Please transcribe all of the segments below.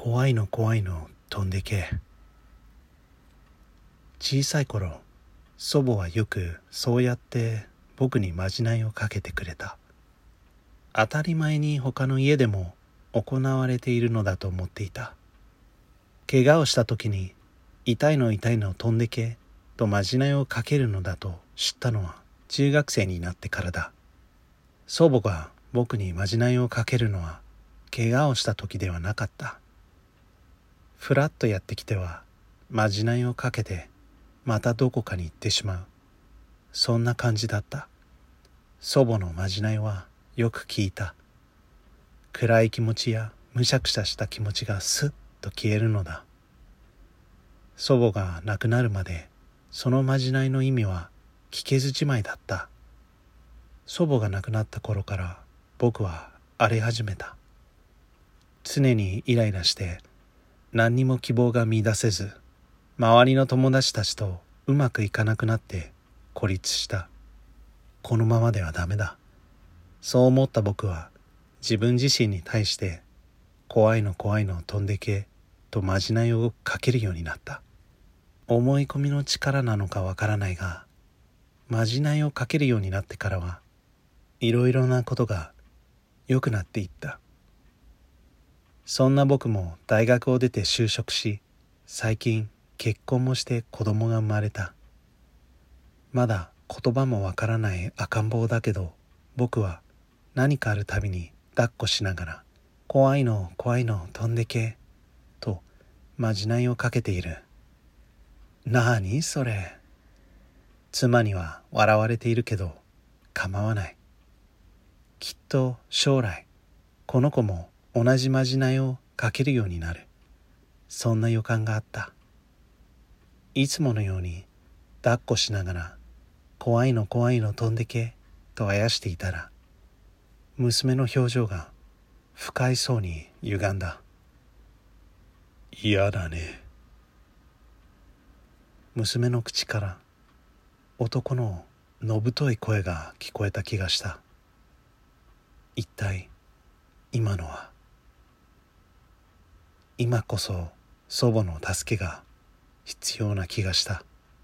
怖いの怖いの飛んでけ。小さい頃、祖母はよくそうやって僕にまじないをかけてくれた。当たり前に他の家でも行われているのだと思っていた。怪我をした時に痛いの飛んでけとまじないをかけるのだと知ったのは中学生になってからだ。祖母が僕にまじないをかけるのは怪我をした時ではなかった。ふらっとやってきてはまじないをかけてまたどこかに行ってしまう。そんな感じだった。祖母のまじないはよく聞いた。暗い気持ちやむしゃくしゃした気持ちがスッと消えるのだ。祖母が亡くなるまでそのまじないの意味は聞けずじまいだった。祖母が亡くなった頃から僕は荒れ始めた。常にイライラして何にも希望が見出せず、周りの友達たちとうまくいかなくなって孤立した。このままではダメだ。そう思った僕は自分自身に対して怖いの飛んでけとまじないをかけるようになった。思い込みの力なのかわからないが、まじないをかけるようになってからはいろいろなことが良くなっていった。そんな僕も大学を出て就職し、最近結婚もして子供が生まれた。まだ言葉もわからない赤ん坊だけど、僕は何かあるたびに抱っこしながら怖いの飛んでけとまじないをかけている。なあにそれ。妻には笑われているけど構わない。きっと将来この子も同じまじないをかけるようになる。そんな予感があった。いつものように抱っこしながら怖いの飛んでけとあやしていたら、娘の表情が不快そうに歪んだ。嫌だね。娘の口から男ののぶとい声が聞こえた気がした。一体今のは。今こそ祖母の助けが必要な気がした。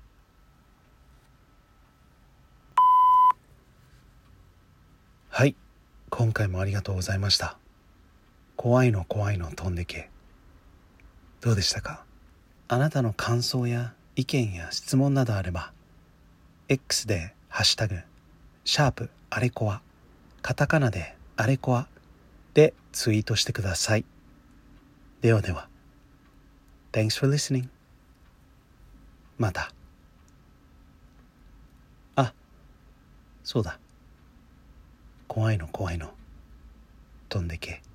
はい、今回もありがとうございました。怖いの飛んでけ。どうでしたか？あなたの感想や意見や質問などあれば X でハッシュタグあれこわ、カタカナであれこわでツイートしてください。ではでは。Thanks for listening. また。あ、そうだ。怖いの飛んでけ。